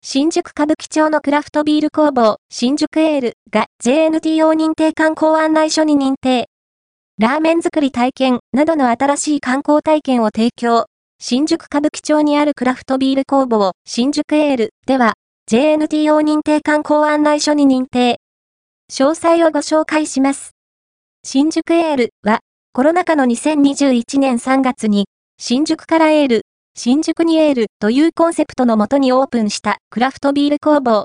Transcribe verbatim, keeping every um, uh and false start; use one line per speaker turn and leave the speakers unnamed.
新宿歌舞伎町のクラフトビール工房、新宿エールが ジェーエヌティーオー 認定観光案内所に認定。ラーメン作り体験などの新しい観光体験を提供。新宿歌舞伎町にあるクラフトビール工房、新宿エールでは、ジェーエヌティーオー 認定観光案内所に認定。詳細をご紹介します。新宿エールは、コロナ禍のにせんにじゅういちねんさんがつに、新宿からエール、新宿にエールというコンセプトのもとにオープンしたクラフトビール工房、